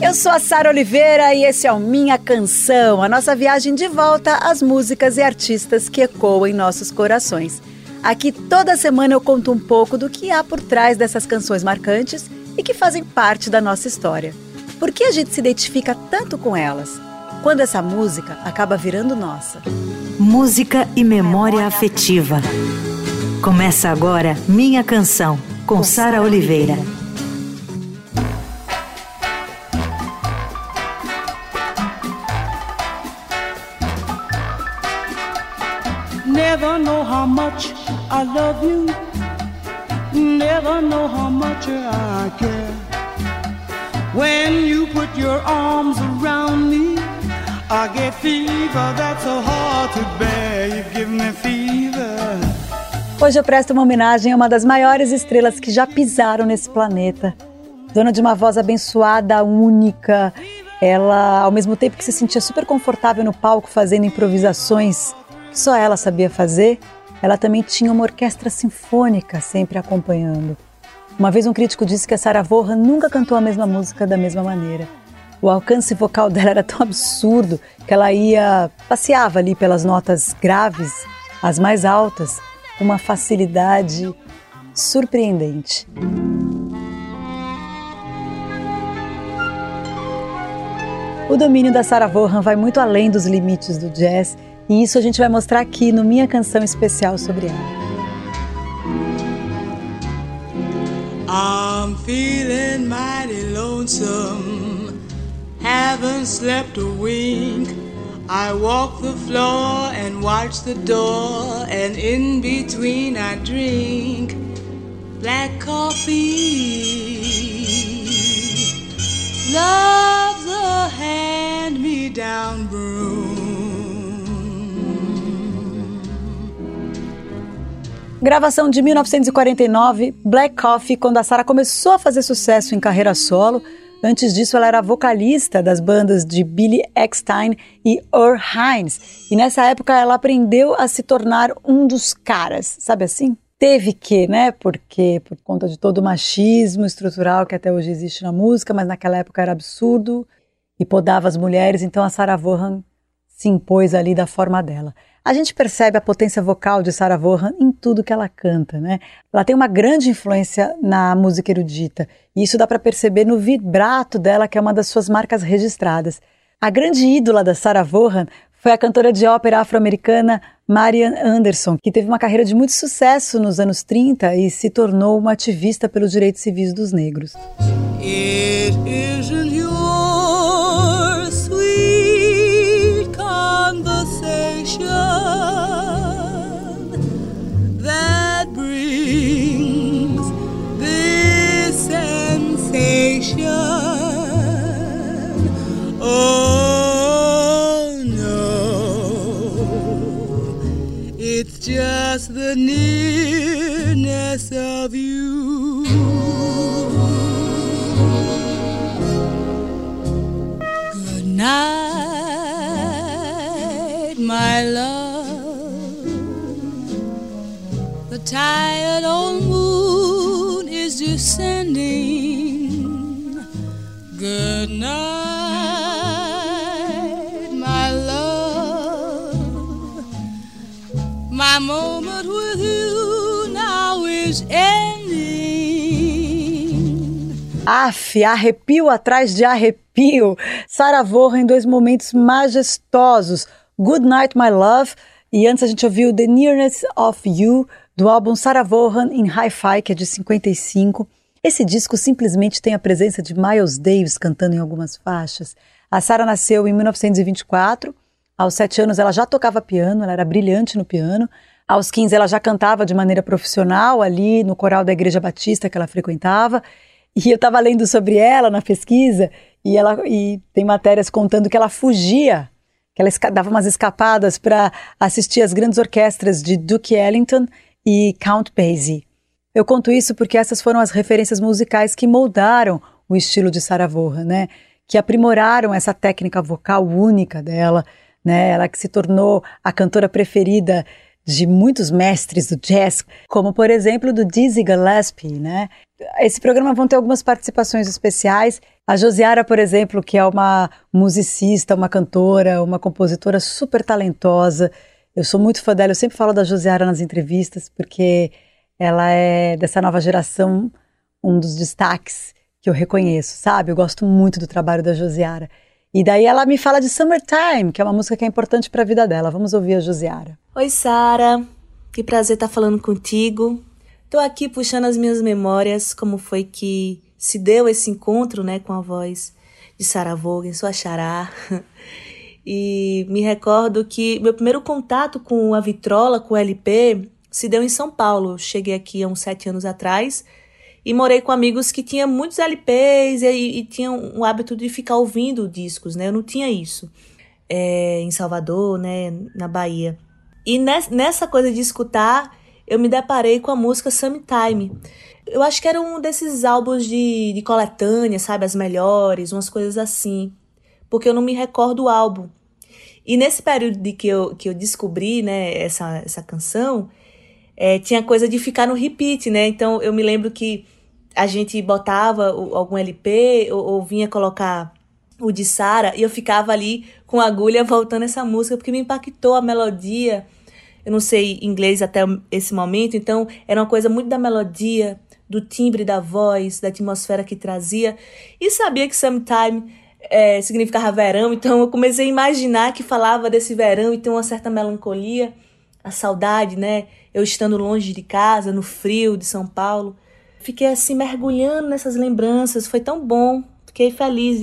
Eu sou a Sara Oliveira e esse é o Minha Canção, a nossa viagem de volta às músicas e artistas que ecoam em nossos corações. Aqui toda semana eu conto um pouco do que há por trás dessas canções marcantes e que fazem parte da nossa história. Por que a gente se identifica tanto com elas? Quando essa música acaba virando nossa. Música e memória afetiva. Começa agora Minha Canção, com Sara Oliveira. Never know how much I love you. Never know how much I care. When you put your arms around me, I get fever that's so hard to bear. You give me fever. Hoje eu presto uma homenagem a uma das maiores estrelas que já pisaram nesse planeta. Dona de uma voz abençoada, única. Ela, ao mesmo tempo que se sentia super confortável no palco fazendo improvisações que só ela sabia fazer, ela também tinha uma orquestra sinfônica sempre acompanhando. Uma vez um crítico disse que a Sarah Vaughan nunca cantou a mesma música da mesma maneira. O alcance vocal dela era tão absurdo que ela passeava ali pelas notas graves, as mais altas, com uma facilidade surpreendente. O domínio da Sarah Vaughan vai muito além dos limites do jazz, e isso a gente vai mostrar aqui no Minha Canção especial sobre ela. I'm feeling mighty lonesome, haven't slept a wink. I walk the floor and watch the door, and in between I drink black coffee. Love's a hand-me-down broom. Gravação de 1949, Black Coffee, quando a Sarah começou a fazer sucesso em carreira solo. Antes disso, ela era vocalista das bandas de Billy Eckstine e Earl Hines. E nessa época, ela aprendeu a se tornar um dos caras, sabe assim? Teve que, né? Porque por conta de todo o machismo estrutural que até hoje existe na música, mas naquela época era absurdo e podava as mulheres, então a Sarah Vaughan se impôs ali da forma dela. A gente percebe a potência vocal de Sarah Vaughan em tudo que ela canta, né? Ela tem uma grande influência na música erudita, e isso dá para perceber no vibrato dela, que é uma das suas marcas registradas. A grande ídola da Sarah Vaughan foi a cantora de ópera afro-americana Marian Anderson, que teve uma carreira de muito sucesso nos anos 30 e se tornou uma ativista pelos direitos civis dos negros. It isn't your sweet conversation that brings this sensation. Oh no, it's just the nearness of you. Good night, my love. The tired old moon is descending. Good night, my love. My moment with you now is ending. Arrepio atrás de arrepio. Sarah Vaughan em dois momentos majestosos. Good Night, My Love. E antes a gente ouviu The Nearness of You, do álbum Sarah Vaughan in Hi-Fi, que é de 55. Esse disco simplesmente tem a presença de Miles Davis cantando em algumas faixas. A Sarah nasceu em 1924. Aos 7 anos ela já tocava piano, ela era brilhante no piano. Aos 15 ela já cantava de maneira profissional ali no coral da Igreja Batista que ela frequentava. E eu estava lendo sobre ela na pesquisa e tem matérias contando que ela fugia, que ela dava umas escapadas para assistir às grandes orquestras de Duke Ellington e Count Basie. Eu conto isso porque essas foram as referências musicais que moldaram o estilo de Sarah Vaughan, né? Que aprimoraram essa técnica vocal única dela, né? Ela que se tornou a cantora preferida de muitos mestres do jazz, como por exemplo do Dizzy Gillespie, né? esse programa vão ter algumas participações especiais. A Josiara, por exemplo, que é uma musicista, uma cantora, uma compositora super talentosa. Eu sou muito fã dela, eu sempre falo da Josiara nas entrevistas, porque ela é dessa nova geração, um dos destaques que eu reconheço, sabe? Eu gosto muito do trabalho da Josiara. E daí ela me fala de Summertime, que é uma música que é importante para a vida dela. Vamos ouvir a Josiara. Oi, Sara. Que prazer estar falando contigo. Tô aqui puxando as minhas memórias, como foi que se deu esse encontro, né, com a voz de Sarah Vaughan, sua xará. E me recordo que meu primeiro contato com a vitrola, com o LP, se deu em São Paulo. Cheguei aqui há uns 7 anos atrás e morei com amigos que tinham muitos LPs e tinham o hábito de ficar ouvindo discos, né? Eu não tinha isso em Salvador, né, na Bahia. E nessa coisa de escutar, eu me deparei com a música Summertime. Eu acho que era um desses álbuns de coletânea, sabe? As melhores, umas coisas assim. Porque eu não me recordo o álbum. E nesse período de que eu descobri, né, essa canção, tinha coisa de ficar no repeat, né? Então eu me lembro que a gente botava algum LP ou vinha colocar o de Sarah e eu ficava ali com a agulha voltando essa música porque me impactou a melodia. Eu não sei inglês até esse momento, então era uma coisa muito da melodia, do timbre da voz, da atmosfera que trazia. E sabia que Summertime significava verão, então eu comecei a imaginar que falava desse verão e tem uma certa melancolia, a saudade, né? Eu estando longe de casa, no frio de São Paulo. Fiquei assim mergulhando nessas lembranças, foi tão bom. Fiquei feliz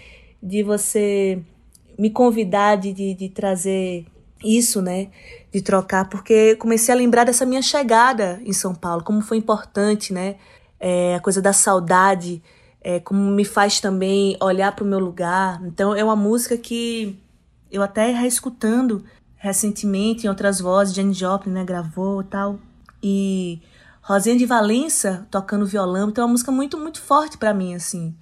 de você me convidar, de trazer isso, né? De trocar, porque comecei a lembrar dessa minha chegada em São Paulo, como foi importante, né? A coisa da saudade, como me faz também olhar para o meu lugar. Então é uma música que eu até reescutando recentemente em outras vozes, Janis Joplin, né, gravou e tal, e Rosinha de Valença tocando violão. Então é uma música muito, muito forte para mim, assim.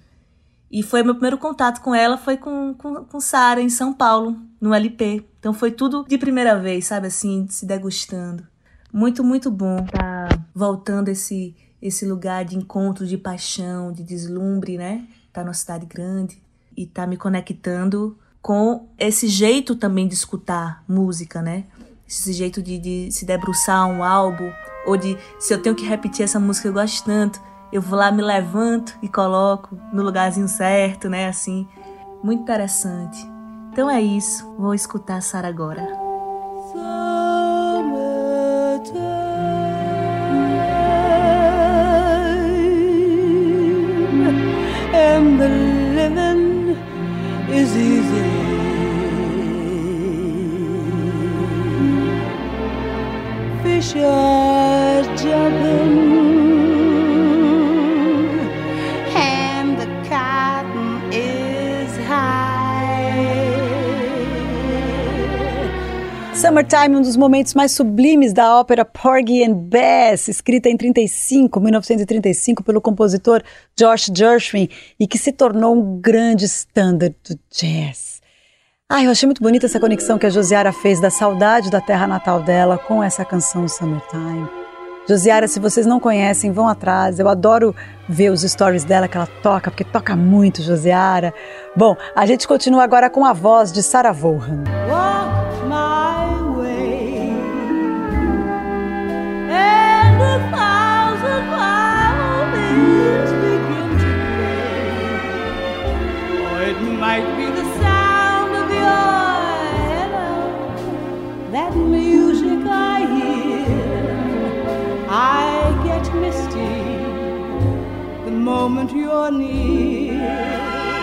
E foi meu primeiro contato com ela, foi com Sarah em São Paulo, no LP. Então foi tudo de primeira vez, sabe, assim, se degustando. Muito, muito bom tá voltando esse lugar de encontro, de paixão, de deslumbre, né? Tá numa cidade grande e tá me conectando com esse jeito também de escutar música, né? Esse jeito de se debruçar um álbum, ou de, se eu tenho que repetir essa música que eu gosto tanto, eu vou lá, me levanto e coloco no lugarzinho certo, né? Assim, muito interessante. Então é isso, vou escutar a Sarah agora. And the living is easy. Fish are jumping and the cotton is high. Summertime, um dos momentos mais sublimes da ópera Porgy and Bess, escrita em 1935 pelo compositor George Gershwin e que se tornou um grande standard do jazz. Eu achei muito bonita essa conexão que a Josiara fez da saudade da terra natal dela com essa canção Summertime. Josiara, se vocês não conhecem, vão atrás. Eu adoro ver os stories dela que ela toca, porque toca muito, Josiara. Bom, a gente continua agora com a voz de Sarah Vaughan. Walk my way and 1,000 violins begin to play. Or it might be the sound of your hello, that music I hear. I get misty the moment you're near.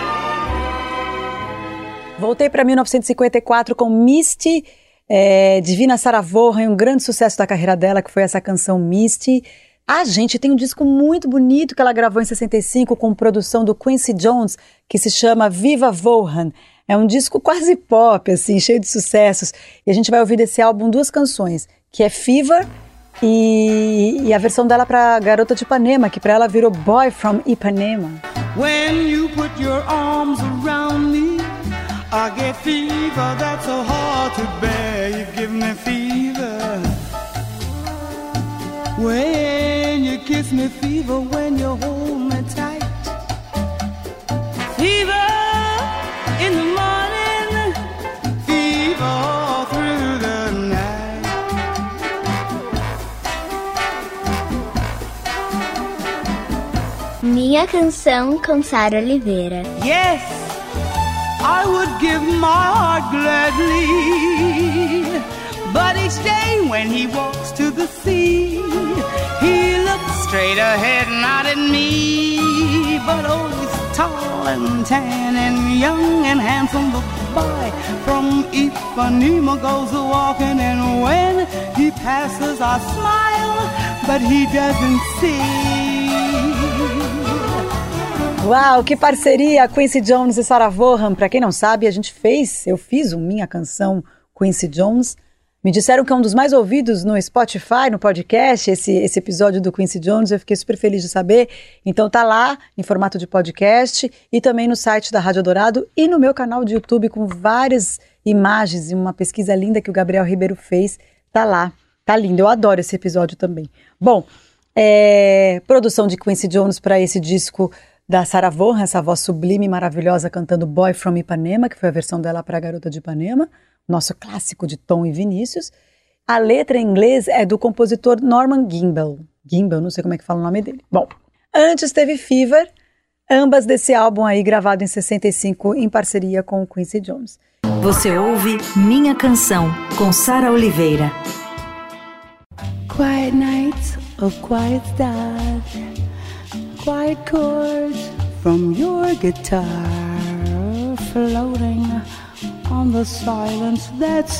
Voltei para 1954 com Misty, Divina Sarah Vaughan, um grande sucesso da carreira dela, que foi essa canção Misty. A gente tem um disco muito bonito que ela gravou em 65 com produção do Quincy Jones, que se chama Viva Vaughan. É um disco quase pop, assim, cheio de sucessos. E a gente vai ouvir desse álbum 2 canções, que é Fever e a versão dela para Garota de Ipanema, que para ela virou Boy from Ipanema. When you put your arms around me, I get fever that's so hard to bear. You give me fever when you kiss me fever when you hold me tight. Fever in the morning, fever through the night. Minha canção com Sara Oliveira. Yes, I would give my heart gladly, but each day when he walks to the sea, he looks straight ahead, not at me. But oh, he's tall and tan and young and handsome. The boy from Ipanema goes a-walking, and when he passes I smile, but he doesn't see. Uau, que parceria, Quincy Jones e Sarah Vaughan. Pra quem não sabe, eu fiz Minha Canção Quincy Jones. Me disseram que é um dos mais ouvidos no Spotify, no podcast, esse episódio do Quincy Jones. Eu fiquei super feliz de saber. Então tá lá, em formato de podcast, e também no site da Rádio Dourado e no meu canal de YouTube, com várias imagens e uma pesquisa linda que o Gabriel Ribeiro fez. Tá lá, tá lindo. Eu adoro esse episódio também. Bom, produção de Quincy Jones para esse disco da Sarah Vaughan, essa voz sublime e maravilhosa cantando Boy from Ipanema, que foi a versão dela para a Garota de Ipanema, nosso clássico de Tom e Vinícius. A letra em inglês é do compositor Norman Gimbel. Gimbel, não sei como é que fala o nome dele. Bom, antes teve Fever, ambas desse álbum aí gravado em 65 em parceria com o Quincy Jones. Você ouve Minha Canção, com Sara Oliveira. Quiet nights of quiet stars, quiet chords from your guitar, floating on the silence that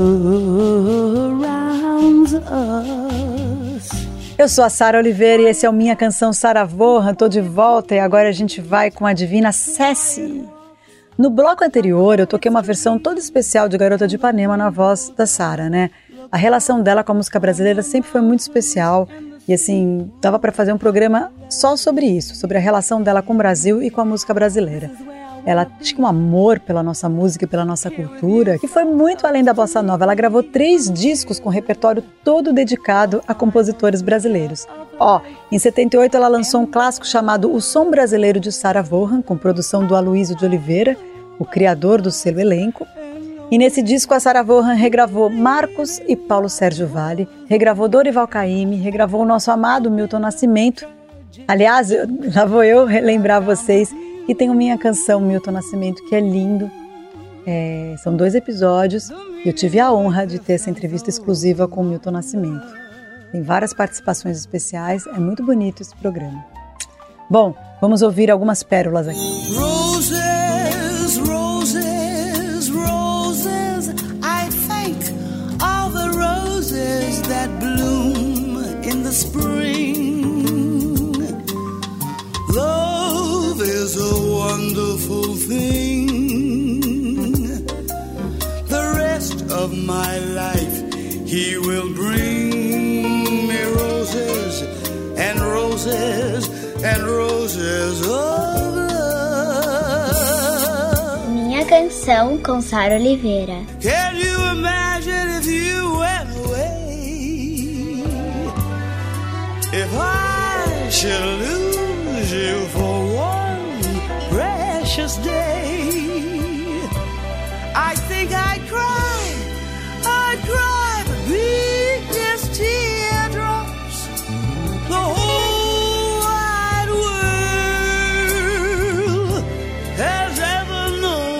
surrounds us. Eu sou a Sara Oliveira e esse é o Minha Canção Sarah Vaughan. Tô de volta e agora a gente vai com a divina Ceci. No bloco anterior eu toquei uma versão toda especial de Garota de Ipanema na voz da Sarah, né? A relação dela com a música brasileira sempre foi muito especial. E assim, dava para fazer um programa só sobre isso, sobre a relação dela com o Brasil e com a música brasileira. Ela tinha um amor pela nossa música e pela nossa cultura, que foi muito além da bossa nova. Ela gravou 3 discos com repertório todo dedicado a compositores brasileiros. Em 78 ela lançou um clássico chamado O Som Brasileiro de Sarah Vaughan, com produção do Aloysio de Oliveira, o criador do selo Elenco. E nesse disco a Sarah Vaughan regravou Marcos e Paulo Sérgio Valle, regravou Dorival Caymmi, regravou o nosso amado Milton Nascimento. Aliás, já vou eu relembrar vocês que tem o Minha Canção Milton Nascimento, que é lindo. São 2 episódios e eu tive a honra de ter essa entrevista exclusiva com o Milton Nascimento. Tem várias participações especiais, é muito bonito esse programa. Bom, vamos ouvir algumas pérolas aqui. Roses, roses, roses, I think of the roses that bloom in the spring. Love is a wonderful thing. The rest of my life he will bring me roses and roses and roses of love. Minha Canção com Sara Oliveira. Can you imagine if you went away? If I should lose you for one precious day, I think I'd cry the biggest teardrops the whole wide world has ever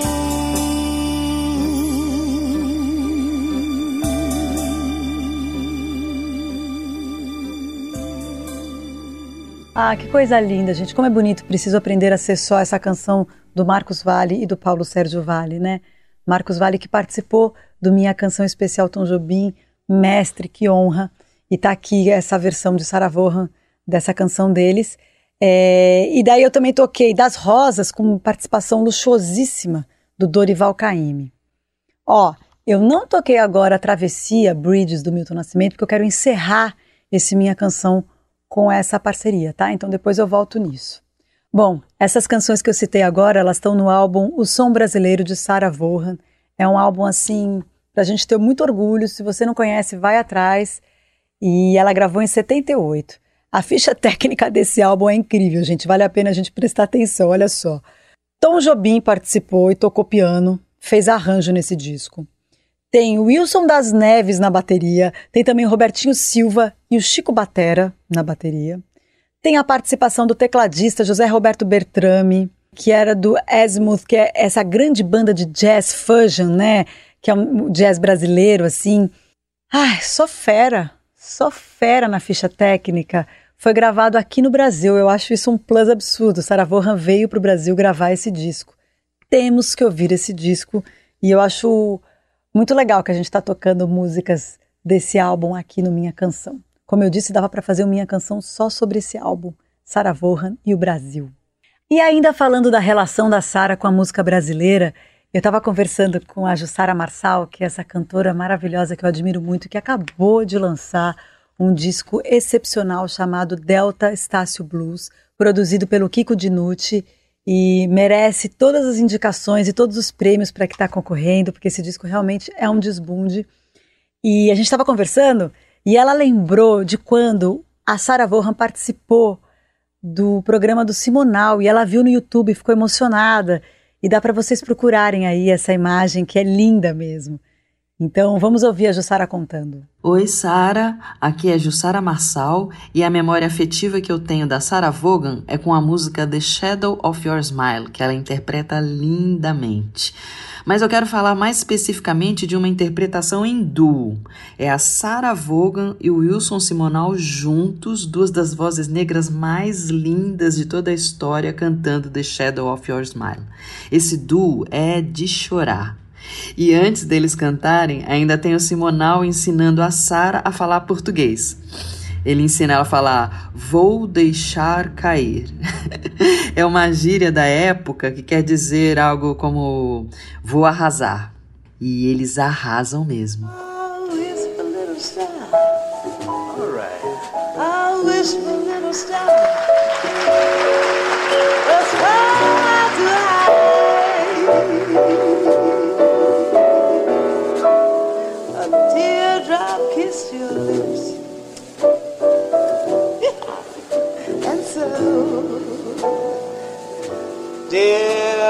Ah, que coisa linda, gente. Como é bonito. Preciso aprender a ser só essa canção do Marcos Valle e do Paulo Sérgio Valle, né? Marcos Valle que participou do Minha Canção Especial Tom Jobim, mestre, que honra. E tá aqui essa versão de Sarah Vaughan dessa canção deles. E daí eu também toquei Das Rosas com participação luxuosíssima do Dorival Caymmi. Eu não toquei agora a Travessia, Bridges, do Milton Nascimento, porque eu quero encerrar esse Minha Canção com essa parceria, tá? Então depois eu volto nisso. Bom, essas canções que eu citei agora, elas estão no álbum O Som Brasileiro de Sarah Vaughan. É um álbum, assim, pra gente ter muito orgulho. Se você não conhece, vai atrás. E ela gravou em 78. A ficha técnica desse álbum é incrível, gente. Vale a pena a gente prestar atenção, olha só. Tom Jobim participou e tocou piano, fez arranjo nesse disco. Tem Wilson das Neves na bateria, tem também o Robertinho Silva e o Chico Batera na bateria. Tem a participação do tecladista José Roberto Bertrami, que era do Azimuth, que é essa grande banda de jazz fusion, né? Que é um jazz brasileiro, assim. Ai, só fera na ficha técnica. Foi gravado aqui no Brasil, eu acho isso um plus absurdo. Sarah Vaughan veio para o Brasil gravar esse disco. Temos que ouvir esse disco e eu acho muito legal que a gente está tocando músicas desse álbum aqui no Minha Canção. Como eu disse, dava para fazer uma Minha Canção só sobre esse álbum, Sarah Vaughan e o Brasil. E ainda falando da relação da Sarah com a música brasileira, eu estava conversando com a Jussara Marçal, que é essa cantora maravilhosa que eu admiro muito, que acabou de lançar um disco excepcional chamado Delta Estácio Blues, produzido pelo Kiko Dinucci, e merece todas as indicações e todos os prêmios para que está concorrendo, porque esse disco realmente é um desbunde. E a gente estava conversando e ela lembrou de quando a Sarah Vaughan participou do programa do Simonal, e ela viu no YouTube e ficou emocionada. E dá para vocês procurarem aí essa imagem, que é linda mesmo. Então, vamos ouvir a Jussara contando. Oi, Sara. Aqui é Jussara Marçal e a memória afetiva que eu tenho da Sarah Vaughan é com a música The Shadow of Your Smile, que ela interpreta lindamente. Mas eu quero falar mais especificamente de uma interpretação em duo. É a Sarah Vaughan e o Wilson Simonal juntos, duas das vozes negras mais lindas de toda a história, cantando The Shadow of Your Smile. Esse duo é de chorar. E antes deles cantarem, ainda tem o Simonal ensinando a Sarah a falar português. Ele ensina ela a falar, vou deixar cair. É uma gíria da época que quer dizer algo como, vou arrasar. E eles arrasam mesmo. I'll whisper little star. All right. I'll whisper little star. The star to hide. A teardrop kissed your lips. And so, dear,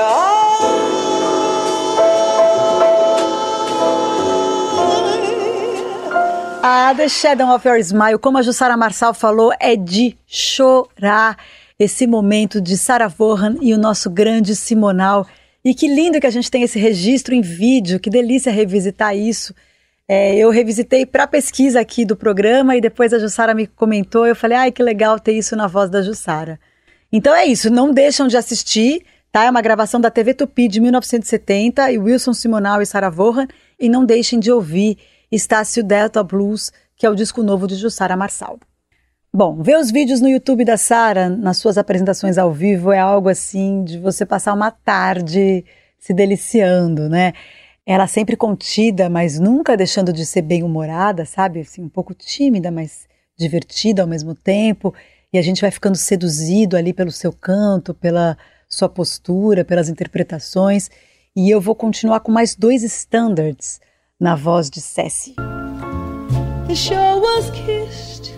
A The Shadow of Your Smile, como a Jussara Marçal falou, é de chorar. Esse momento de Sarah Vaughan e o nosso grande Simonal. E que lindo que a gente tem esse registro em vídeo, que delícia revisitar isso. Eu revisitei para a pesquisa aqui do programa e depois a Jussara me comentou, eu falei, ai que legal ter isso na voz da Jussara. Então é isso, não deixam de assistir, tá? É uma gravação da TV Tupi de 1970 e Wilson Simonal e Sarah Vaughan, e não deixem de ouvir Estácio Delta Blues, que é o disco novo de Jussara Marçal. Bom, ver os vídeos no YouTube da Sarah nas suas apresentações ao vivo é algo assim de você passar uma tarde se deliciando, né? Ela sempre contida, mas nunca deixando de ser bem-humorada, sabe? Assim, um pouco tímida, mas divertida ao mesmo tempo. E a gente vai ficando seduzido ali pelo seu canto, pela sua postura, pelas interpretações. E eu vou continuar com mais 2 standards na voz de Ceci. the shore was kissed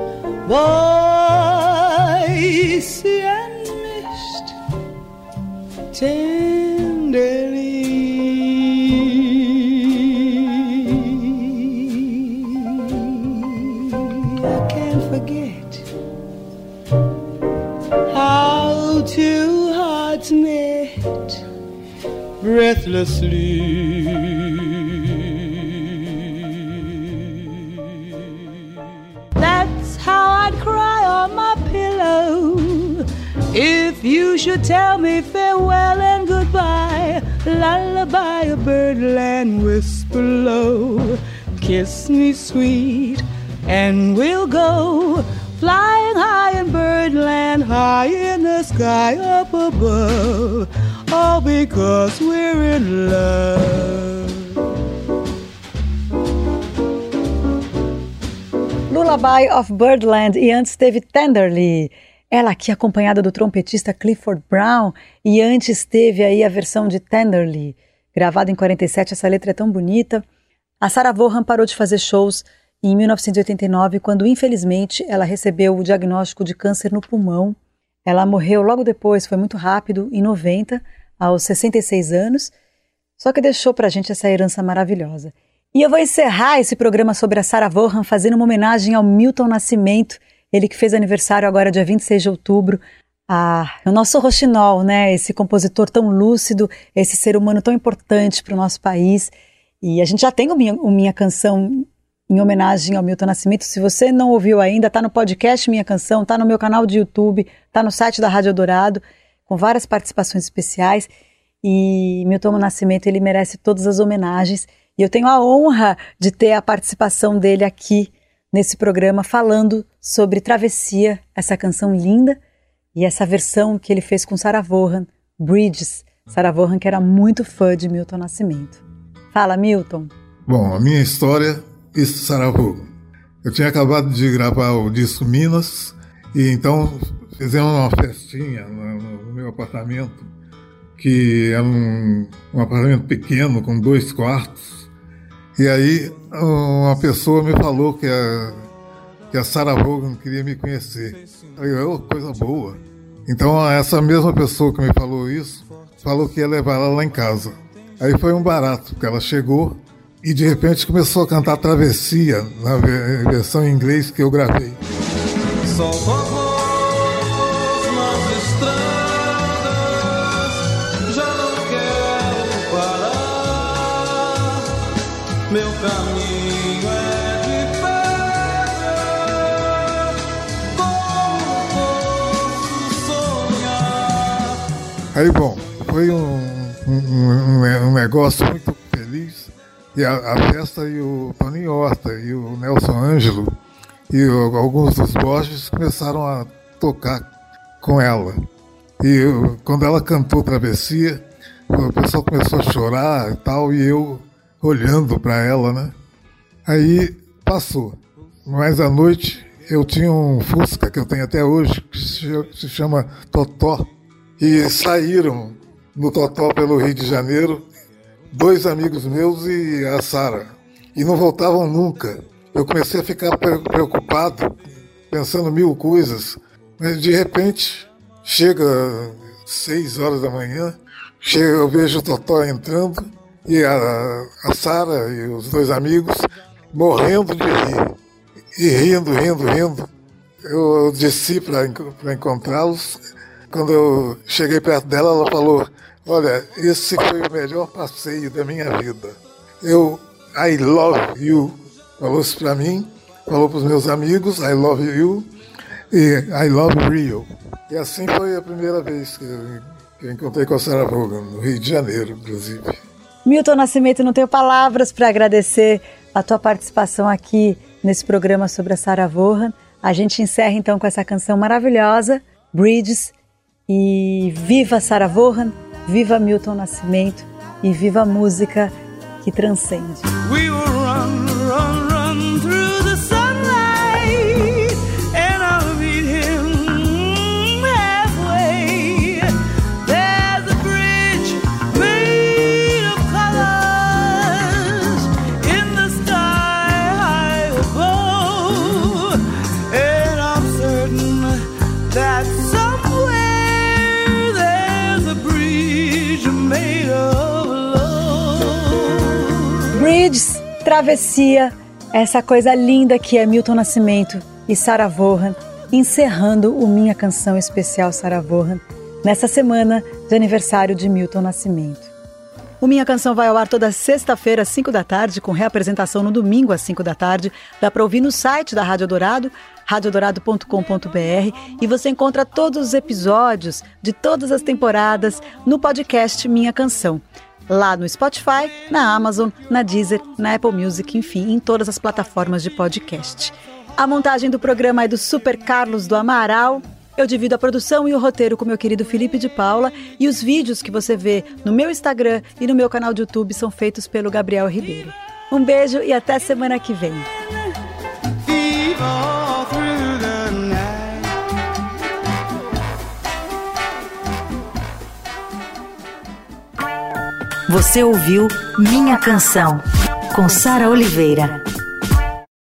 by sea and mist tenderly. I can't forget how two hearts met breathlessly. That's how I'd cry on my pillow if you should tell me farewell and goodbye. Lullaby a birdland whisper low, kiss me sweet and we'll go flying high in birdland, high in the sky up above, all because we're in love. Lullaby of Birdland, e antes teve Tenderly. Ela aqui acompanhada do trompetista Clifford Brown, e antes teve aí a versão de Tenderly, gravada em 47, essa letra é tão bonita. A Sarah Vaughan parou de fazer shows em 1989, quando infelizmente ela recebeu o diagnóstico de câncer no pulmão. Ela morreu logo depois, foi muito rápido, em 90, aos 66 anos, só que deixou pra gente essa herança maravilhosa. E eu vou encerrar esse programa sobre a Sarah Vaughan fazendo uma homenagem ao Milton Nascimento, ele que fez aniversário agora dia 26 de outubro. O nosso roxinol, né? Esse compositor tão lúcido, esse ser humano tão importante para o nosso país. E a gente já tem Minha Canção em homenagem ao Milton Nascimento. Se você não ouviu ainda, está no podcast Minha Canção, está no meu canal de YouTube, está no site da Rádio Eldorado, com várias participações especiais. E Milton Nascimento, ele merece todas as homenagens. E eu tenho a honra de ter a participação dele aqui nesse programa, falando sobre Travessia, essa canção linda, e essa versão que ele fez com Sarah Vaughan, Bridges. Sarah Vaughan, que era muito fã de Milton Nascimento. Fala, Milton. Bom, a minha história e Sarah Vaughan. Eu tinha acabado de gravar o disco Minas, e então fizemos uma festinha no meu apartamento, que era um apartamento pequeno, com 2 quartos. E aí uma pessoa me falou que a Sarah Vaughan queria me conhecer. Aí eu, coisa boa. Então essa mesma pessoa que me falou isso, falou que ia levar ela lá em casa. Aí foi um barato, porque ela chegou e de repente começou a cantar Travessia, na versão em inglês que eu gravei. Só nas estradas, já não quero parar, meu caminho é de pedra, como posso sonhar. Aí, bom, foi um negócio muito feliz, e a festa, e o Toninho Horta e o Nelson Ângelo e alguns dos Borges começaram a tocar com ela. E quando ela cantou Travessia, o pessoal começou a chorar e tal, e eu olhando para ela, né? Aí passou. Mas à noite eu tinha um Fusca, que eu tenho até hoje, que se chama Totó, e saíram no Totó pelo Rio de Janeiro 2 amigos meus e a Sarah, e não voltavam nunca. Eu comecei a ficar preocupado, pensando 1000 coisas, mas de repente chega 6 horas da manhã, eu vejo o Totó entrando e a Sarah e os 2 amigos morrendo de rir, e rindo. Eu desci para encontrá-los. Quando eu cheguei perto dela, ela falou: olha, esse foi o melhor passeio da minha vida. I love you. Falou isso pra mim, falou pros meus amigos, I love you, e I love Rio. E assim foi a primeira vez que eu encontrei com a Sarah Vaughan, no Rio de Janeiro, inclusive. Milton Nascimento, não tenho palavras para agradecer a tua participação aqui nesse programa sobre a Sarah Vaughan. A gente encerra então com essa canção maravilhosa, Bridges, e viva Sarah Vaughan, viva Milton Nascimento e viva a música que transcende. We will run through the sunlight, and I'll meet him halfway. There's a bridge made of colors in the sky high above, and I'm certain that somewhere there's a bridge made of love. Bridges, Travessia, essa coisa linda que é Milton Nascimento e Sarah Vaughan, encerrando o Minha Canção Especial Sarah Vaughan, nessa semana de aniversário de Milton Nascimento. O Minha Canção vai ao ar toda sexta-feira às 5 da tarde, com reapresentação no domingo às 5 da tarde. Dá para ouvir no site da Rádio Eldorado, radioeldorado.com.br, e você encontra todos os episódios de todas as temporadas no podcast Minha Canção. Lá no Spotify, na Amazon, na Deezer, na Apple Music, enfim, em todas as plataformas de podcast. A montagem do programa é do Super Carlos do Amaral. Eu divido a produção e o roteiro com meu querido Felipe de Paula, e os vídeos que você vê no meu Instagram e no meu canal de YouTube são feitos pelo Gabriel Ribeiro. Um beijo e até semana que vem. Você ouviu Minha Canção, com Sarah Oliveira.